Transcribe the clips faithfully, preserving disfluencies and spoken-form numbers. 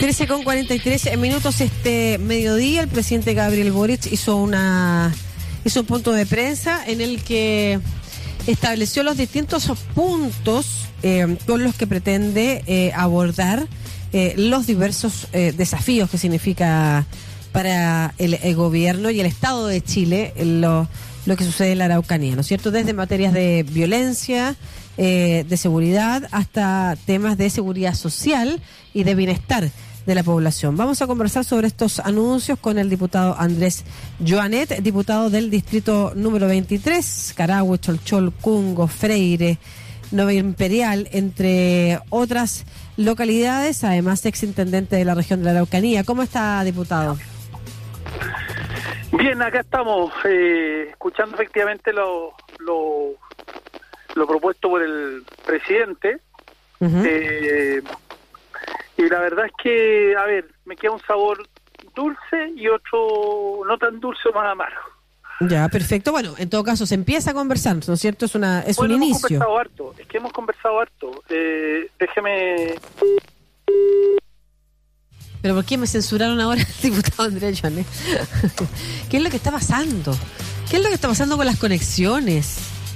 trece con cuarenta y tres minutos este mediodía. El presidente Gabriel Boric hizo una hizo un punto de prensa en el que estableció los distintos puntos eh, con los que pretende eh, abordar eh, los diversos eh, desafíos que significa para el, el gobierno y el Estado de Chile lo, lo que sucede en la Araucanía, ¿no es cierto? Desde materias de violencia, eh, de seguridad, hasta temas de seguridad social y de bienestar de la población. Vamos a conversar sobre estos anuncios con el diputado Andrés Joanet, diputado del distrito número veintitrés, Carahue, Cholchol, Cungo, Freire, Nueva Imperial, entre otras localidades, además exintendente de la región de la Araucanía. ¿Cómo está, diputado? Bien, acá estamos eh, escuchando efectivamente lo, lo, lo propuesto por el presidente. Uh-huh. eh, Y la verdad es que, a ver, me queda un sabor dulce y otro no tan dulce o más amargo. Ya, perfecto. Bueno, en todo caso, se empieza a conversar, ¿no es cierto? Es una es bueno, un hemos inicio. conversado harto, es que hemos conversado harto. Eh, déjeme... ¿Pero por qué me censuraron ahora el diputado Andrés Joanet? ¿Qué es lo que está pasando? ¿Qué es lo que está pasando con las conexiones?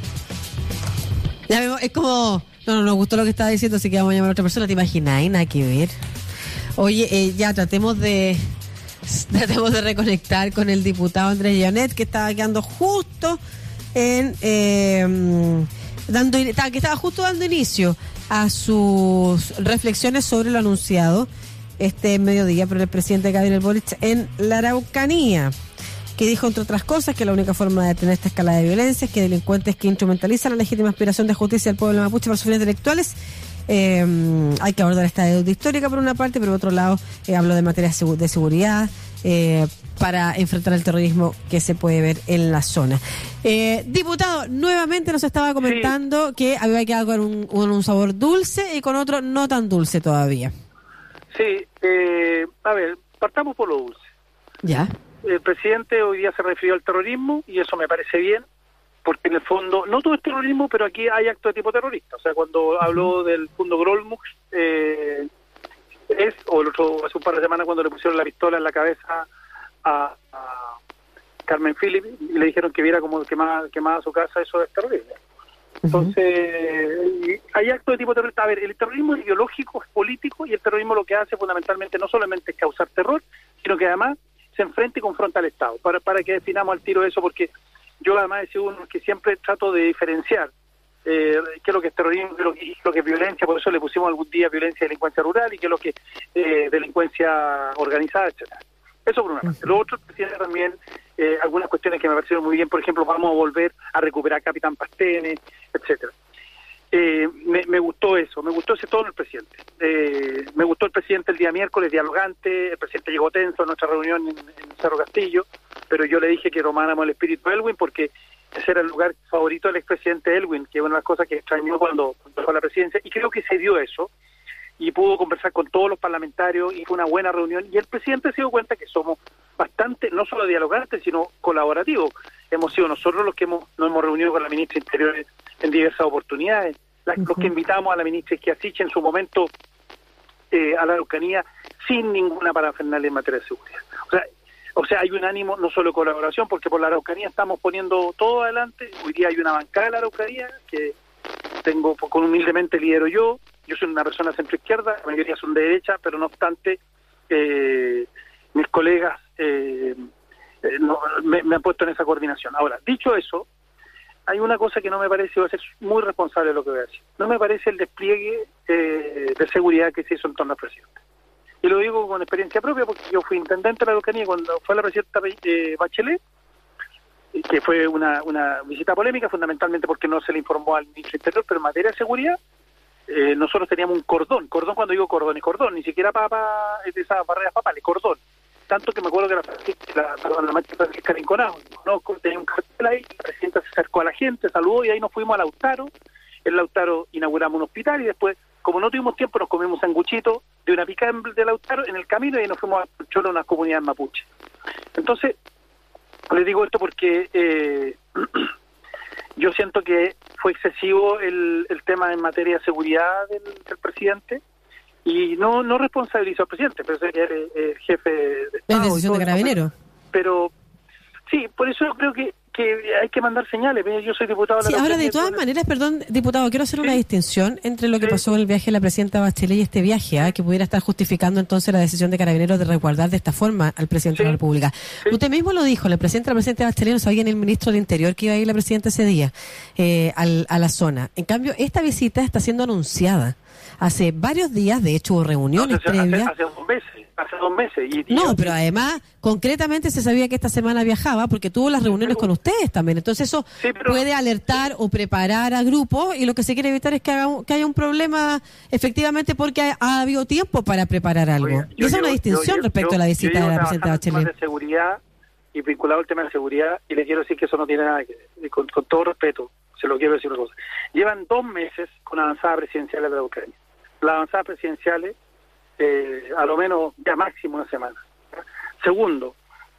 Ya vemos, es como... No, no, nos gustó lo que estaba diciendo, así que vamos a llamar a otra persona. ¿Te imaginas? Hay nada que ver. Oye, eh, ya tratemos de tratemos de reconectar con el diputado Andrés Joanet, que estaba quedando justo en eh, dando que estaba justo dando inicio a sus reflexiones sobre lo anunciado este mediodía por el presidente Gabriel Boric en la Araucanía, que dijo, entre otras cosas, que la única forma de detener esta escalada de violencia es que delincuentes que instrumentalizan la legítima aspiración de justicia del pueblo mapuche para sus fines intelectuales. Eh, hay que abordar esta deuda histórica por una parte, pero por otro lado eh, hablo de materias de seguridad eh, para enfrentar el terrorismo que se puede ver en la zona. Eh, diputado, nuevamente nos estaba comentando sí. que había quedado con un, con un sabor dulce y con otro no tan dulce todavía. Sí, eh, a ver, partamos por lo dulce. Ya. El presidente hoy día se refirió al terrorismo y eso me parece bien, porque en el fondo, no todo es terrorismo, pero aquí hay actos de tipo terrorista. O sea, cuando uh-huh. habló del fondo Grolmux, eh, es, o el otro, hace un par de semanas cuando le pusieron la pistola en la cabeza a, a Carmen Phillips y le dijeron que viera como quemaba, quemaba su casa, eso es terrorismo. Entonces, uh-huh. hay actos de tipo terrorista. A ver, el terrorismo ideológico es político y el terrorismo lo que hace fundamentalmente no solamente es causar terror, sino que además se enfrenta y confronta al Estado, para para que definamos al tiro eso, porque yo además he sido uno que siempre trato de diferenciar eh, qué es lo que es terrorismo, qué es lo que, lo que es violencia, por eso le pusimos algún día violencia y delincuencia rural, y qué es lo que es eh, delincuencia organizada, etcétera. Eso por una parte. Lo otro, presidente, también eh, algunas cuestiones que me parecieron muy bien, por ejemplo, vamos a volver a recuperar Capitán Pastene, etcétera. Eh, me, me gustó eso, me gustó ese tono del presidente. Eh, me gustó el presidente el día miércoles, dialogante, el presidente llegó tenso a nuestra reunión en, en Cerro Castillo, pero yo le dije que tomáramos el espíritu de Elwin porque ese era el lugar favorito del expresidente Elwin, que es una de las cosas que extrañó cuando dejó la presidencia, y creo que se dio eso, y pudo conversar con todos los parlamentarios, y fue una buena reunión, y el presidente se dio cuenta que somos bastante, no solo dialogantes, sino colaborativos. Hemos sido nosotros los que hemos, nos hemos reunido con la ministra Interior en diversas oportunidades, las, uh-huh. los que invitamos a la ministra Schiaffich en su momento eh, a la Araucanía sin ninguna parafernalia en materia de seguridad. O sea, o sea, hay un ánimo no solo de colaboración, porque por la Araucanía estamos poniendo todo adelante. Hoy día hay una bancada de la Araucanía que tengo, con humildemente lidero yo. Yo soy una persona centro-izquierda, la mayoría son de derecha, pero no obstante, eh, mis colegas eh, eh, no, me, me han puesto en esa coordinación. Ahora, dicho eso, hay una cosa que no me parece, voy a ser muy responsable de lo que voy a decir. No me parece el despliegue eh, de seguridad que se hizo en torno al presidente. Y lo digo con experiencia propia porque yo fui intendente de la Araucanía cuando fue la presidenta eh, Bachelet, que fue una, una visita polémica, fundamentalmente porque no se le informó al ministro Interior, pero en materia de seguridad, eh, nosotros teníamos un cordón. Cordón, cuando digo cordón, es cordón, ni siquiera para pa, de esas barreras papales, cordón. Tanto que me acuerdo que la, la, perdón, la maestra Francisca Rinconado, ¿no? Tenía un cartel ahí, la presidenta se acercó a la gente, saludó y ahí nos fuimos a Lautaro. En Lautaro inauguramos un hospital y después, como no tuvimos tiempo, nos comimos sanguchito de una pica de Lautaro en el camino y ahí nos fuimos a Cholo, unas comunidades mapuche. Entonces, les digo esto porque eh, yo siento que fue excesivo el, el tema en materia de seguridad del, del presidente. y no no responsabilizo al presidente, pero es el, el jefe de Estado. Es decisión de Carabineros. Pero sí, por eso yo creo que, que hay que mandar señales. Yo soy diputado de la Sí, ahora de todas de... maneras, perdón, diputado, quiero hacer sí. una distinción entre lo que sí. pasó en el viaje de la presidenta Bachelet y este viaje, ¿eh? que pudiera estar justificando entonces la decisión de Carabineros de resguardar de esta forma al presidente sí. de la República. Sí. Usted mismo lo dijo, la presidenta la presidenta Bachelet no sabía ni el ministro del Interior que iba a ir la presidenta ese día eh, al, a la zona. En cambio, esta visita está siendo anunciada hace varios días, de hecho hubo reuniones no, hace, previas. Hace, hace dos meses. Hace dos meses. Y, y no, yo, pero además, concretamente se sabía que esta semana viajaba porque tuvo las reuniones pero, con ustedes también. Entonces eso sí, pero, puede alertar sí. o preparar a grupos y lo que se quiere evitar es que, haga un, que haya un problema efectivamente porque ha, ha habido tiempo para preparar algo. Oye, y esa es una distinción yo, respecto yo, a la visita de la presidenta Bachelet. De seguridad y vinculado al tema de seguridad, y le quiero decir que eso no tiene nada que ver, con, con todo respeto, se lo quiero decir una cosa. Llevan dos meses con avanzadas presidenciales de Ucrania. Las avanzadas presidenciales Eh, a lo menos ya máximo una semana. Segundo,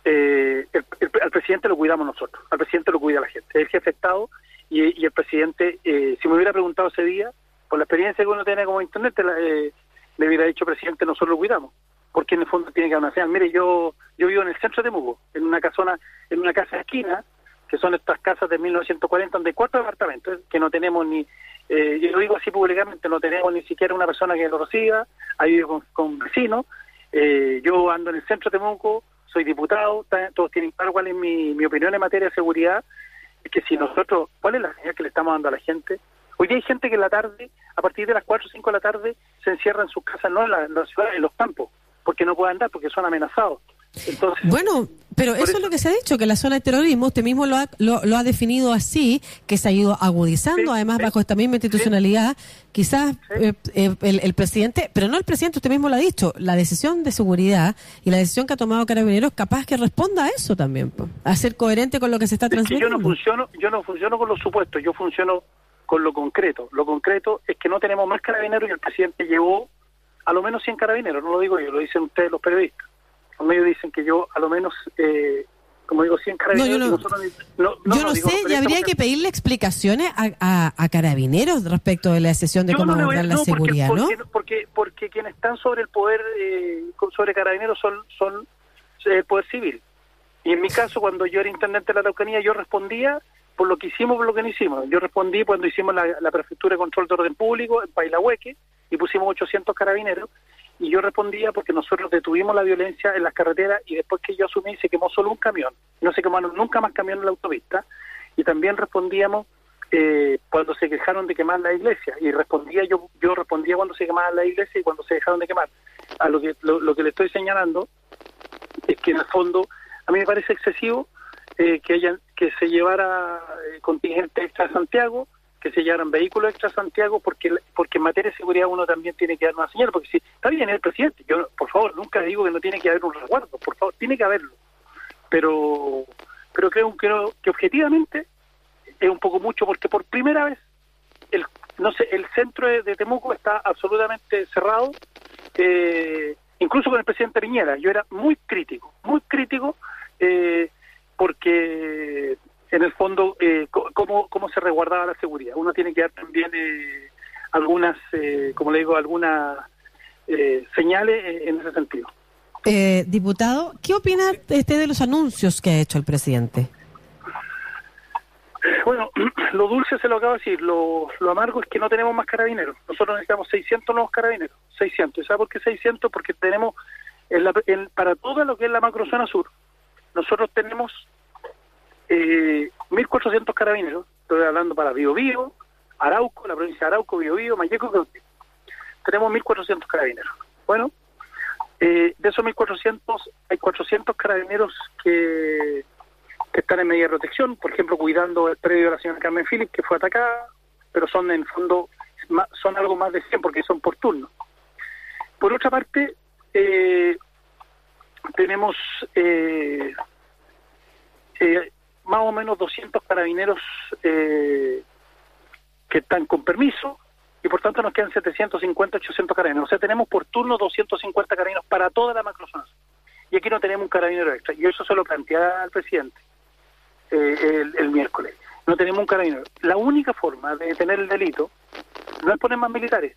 eh, el, el, al presidente lo cuidamos nosotros, al presidente lo cuida la gente, es el jefe de Estado y, y el presidente, eh, si me hubiera preguntado ese día, por la experiencia que uno tiene como internet, eh, le hubiera dicho, presidente, nosotros lo cuidamos, porque en el fondo tiene que dar una señal. Mire, yo yo vivo en el centro de Temuco, en una casona, en una casa de esquina, que son estas casas de mil novecientos cuarenta, donde hay cuatro departamentos, que no tenemos ni Eh, yo lo digo así públicamente, no tenemos ni siquiera una persona que lo reciba, ahí vivo con, con vecinos, eh, yo ando en el centro de Temuco, soy diputado, todos tienen claro cuál es mi, mi opinión en materia de seguridad, es que si nosotros, ¿cuál es la señal que le estamos dando a la gente? Hoy día hay gente que en la tarde, a partir de las cuatro o cinco de la tarde, se encierra en sus casas, no en la, en la ciudad, en los campos, porque no pueden andar, porque son amenazados. Entonces, bueno, pero eso, eso es lo que se ha dicho, que la zona de terrorismo, usted mismo lo ha, lo, lo ha definido así, que se ha ido agudizando, sí, además sí, bajo esta misma institucionalidad, sí, quizás sí. Eh, el, el presidente, pero no el presidente, usted mismo lo ha dicho, la decisión de seguridad y la decisión que ha tomado Carabineros, capaz que responda a eso también, po, a ser coherente con lo que se está transmitiendo. Es que yo no funciono, yo no funciono con los supuestos, yo funciono con lo concreto. Lo concreto es que no tenemos más Carabineros y el presidente llevó a lo menos cien Carabineros, no lo digo yo, lo dicen ustedes los periodistas. Los medios dicen que yo, a lo menos, eh, como digo, cien Carabineros... No, yo no, nosotros, no, no, yo no, no sé, y habría que pedirle explicaciones a, a, a Carabineros respecto de la decisión de yo cómo no abordar la no, seguridad, porque, ¿no? Porque, porque, porque quienes están sobre el poder, eh, sobre Carabineros, son, son el poder civil. Y en mi caso, cuando yo era intendente de la Araucanía, yo respondía por lo que hicimos, por lo que no hicimos. Yo respondí cuando hicimos la, la Prefectura de Control de Orden Público en Pailahueque, y pusimos ochocientos Carabineros, y yo respondía porque nosotros detuvimos la violencia en las carreteras y después que yo asumí se quemó solo un camión, no se quemaron nunca más camiones en la autopista, y también respondíamos eh, cuando se quejaron de quemar la iglesia, y respondía yo yo respondía cuando se quemaban la iglesia y cuando se dejaron de quemar. A lo que lo, lo que le estoy señalando es que en el fondo a mí me parece excesivo eh, que hayan que se llevara eh, contingente extra a Santiago, que se llevaran vehículos extra a Santiago, porque porque en materia de seguridad uno también tiene que dar una señal, porque si está bien el presidente, yo por favor nunca digo que no tiene que haber un resguardo, por favor, tiene que haberlo, pero pero creo, creo que objetivamente es un poco mucho, porque por primera vez el no sé el centro de, de Temuco está absolutamente cerrado, eh, incluso con el presidente Piñera. Yo era muy crítico, muy crítico, eh, porque en el fondo, eh, cómo, cómo se resguardaba la seguridad. Uno tiene que dar también eh, algunas, eh, como le digo, algunas eh, señales en ese sentido. Eh, diputado, ¿qué opina usted de los anuncios que ha hecho el presidente? Bueno, lo dulce se lo acabo de decir, lo, lo amargo es que no tenemos más Carabineros. Nosotros necesitamos seiscientos nuevos Carabineros, seiscientos. ¿Y sabe por qué seiscientos? Porque tenemos, en la, en, para todo lo que es la macrozona sur, nosotros tenemos Eh, mil cuatrocientos Carabineros, estoy hablando para Biobío, Arauco, la provincia de Arauco, Biobío, Mayeco, Cautín. Tenemos mil cuatrocientos Carabineros. Bueno, eh, de esos mil cuatrocientos hay cuatrocientos Carabineros que, que están en medida de protección, por ejemplo, cuidando el predio de la señora Carmen Phillips, que fue atacada, pero son en fondo, son algo más de cien porque son por turno. Por otra parte, eh, tenemos eh, eh, más o menos doscientos Carabineros eh, que están con permiso, y por tanto nos quedan setecientos cincuenta, ochocientos Carabineros. O sea, tenemos por turno doscientos cincuenta Carabineros para toda la macrozona. Y aquí no tenemos un Carabinero extra. Y eso se lo plantea al presidente eh, el, el miércoles. No tenemos un Carabinero. La única forma de detener el delito no es poner más militares.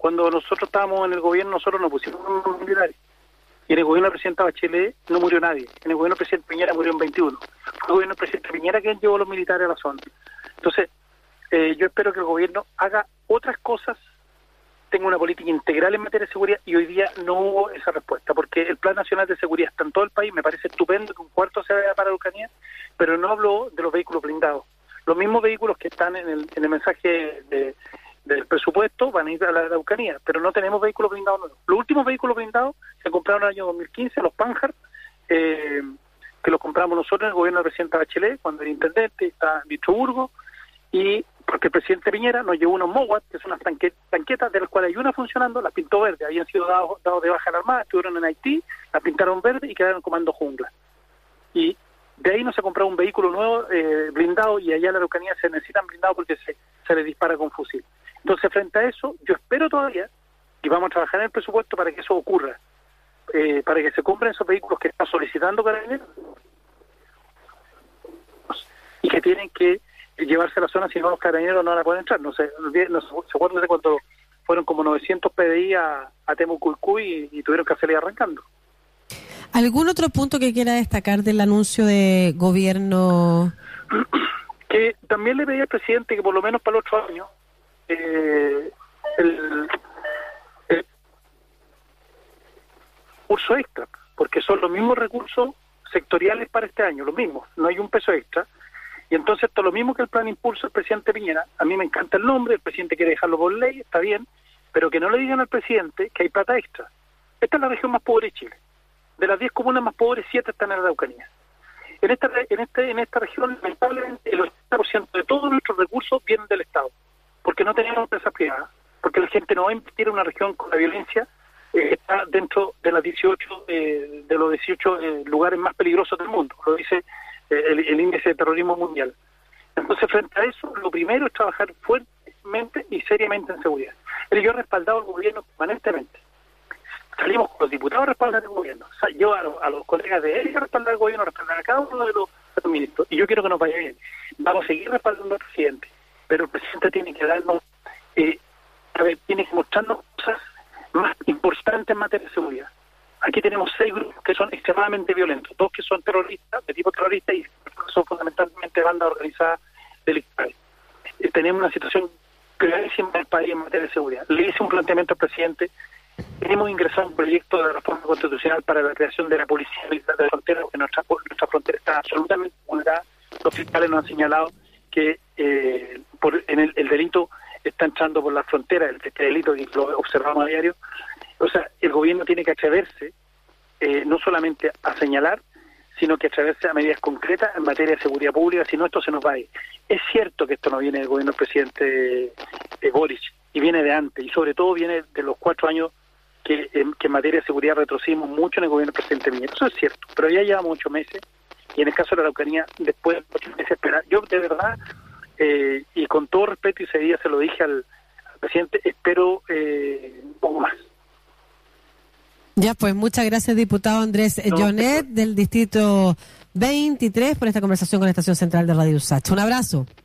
Cuando nosotros estábamos en el gobierno, nosotros nos pusimos unos militares. Y en el gobierno del presidente Bachelet no murió nadie. En el gobierno del presidente Piñera murieron veintiuno. Fue el gobierno del presidente Piñera quien llevó a los militares a la zona. Entonces, eh, yo espero que el gobierno haga otras cosas, tenga una política integral en materia de seguridad, y hoy día no hubo esa respuesta, porque el Plan Nacional de Seguridad está en todo el país, me parece estupendo que un cuarto se vaya para la Araucanía, pero no habló de los vehículos blindados. Los mismos vehículos que están en el, en el mensaje de, del presupuesto van a ir a la Araucanía, pero no tenemos vehículos blindados nuevos. Los últimos vehículos blindados se compraron en el año dos mil quince, los Panhard, eh, que los compramos nosotros en el gobierno del presidente Bachelet, cuando era intendente, está en Vitroburgo, y porque el presidente Piñera nos llevó unos Mowat, que son unas tanque, tanquetas de las cuales hay una funcionando, las pintó verde, habían sido dados, dados de baja en la Armada, estuvieron en Haití, las pintaron verde y quedaron en comando jungla. Y de ahí no se compró un vehículo nuevo eh, blindado, y allá en la Araucanía se necesitan blindados porque se, se les dispara con fusil. Entonces, frente a eso, yo espero todavía, y vamos a trabajar en el presupuesto para que eso ocurra, eh, para que se compren esos vehículos que están solicitando Carabineros y que tienen que llevarse a la zona, si no los Carabineros no van a poder entrar. No sé, no se, se acuerdan de cuando fueron como novecientos P D I a, a Temucuicui y, y tuvieron que salir arrancando. ¿Algún otro punto que quiera destacar del anuncio de gobierno? Que también le pedí al presidente que por lo menos para el otro año eh, el, el curso extra, porque son los mismos recursos sectoriales para este año, los mismos, no hay un peso extra. Y entonces esto es lo mismo que el plan Impulso del presidente Piñera. A mí me encanta el nombre, el presidente quiere dejarlo por ley, está bien, pero que no le digan al presidente que hay plata extra. Esta es la región más pobre de Chile. De las diez comunas más pobres, siete están en la Araucanía. En esta en este en esta región, lamentablemente, el ochenta por ciento de todos nuestros recursos vienen del Estado, porque no tenemos empresas privadas, porque la gente no va a invertir en una región con la violencia eh, que está dentro de las dieciocho eh, de los dieciocho eh, lugares más peligrosos del mundo, lo dice eh, el, el índice de terrorismo mundial. Entonces, frente a eso, lo primero es trabajar fuertemente y seriamente en seguridad. Pero yo he respaldado al gobierno permanentemente. Salimos con los diputados a respaldar el gobierno. O sea, yo a, lo, a los colegas de él a respaldar el gobierno, a respaldar a cada uno de los, de los ministros. Y yo quiero que nos vaya bien. Vamos a seguir respaldando al presidente. Pero el presidente tiene que darnos, eh, a ver, tiene que mostrarnos cosas más importantes en materia de seguridad. Aquí tenemos seis grupos que son extremadamente violentos. Dos que son terroristas, de tipo terrorista, y son fundamentalmente bandas organizadas delictuales. Eh, tenemos una situación gravísima en el país en materia de seguridad. Le hice un planteamiento al presidente. Hemos ingresado un proyecto de reforma constitucional para la creación de la Policía Militar de la Frontera, porque nuestra, nuestra frontera está absolutamente vulnerada. Los fiscales nos han señalado que eh, por, en el, el delito está entrando por la frontera, el, este delito que lo observamos a diario. O sea, el gobierno tiene que atreverse eh, no solamente a señalar, sino que atreverse a medidas concretas en materia de seguridad pública, si no esto se nos va a ir. Es cierto que esto no viene del gobierno del presidente eh, Boric, y viene de antes, y sobre todo viene de los cuatro años que, eh, que en materia de seguridad retrocedimos mucho en el gobierno del presidente Piñera. Eso es cierto, pero ya llevamos ocho meses, y en el caso de la Araucanía, después de ocho meses esperar. Yo, de verdad, eh, y con todo respeto, y ese día se lo dije al, al presidente, espero eh, un poco más. Ya, pues muchas gracias, diputado Andrés no, Jonet, del distrito veintitrés, por esta conversación con la Estación Central de Radio U S A C H. Un abrazo.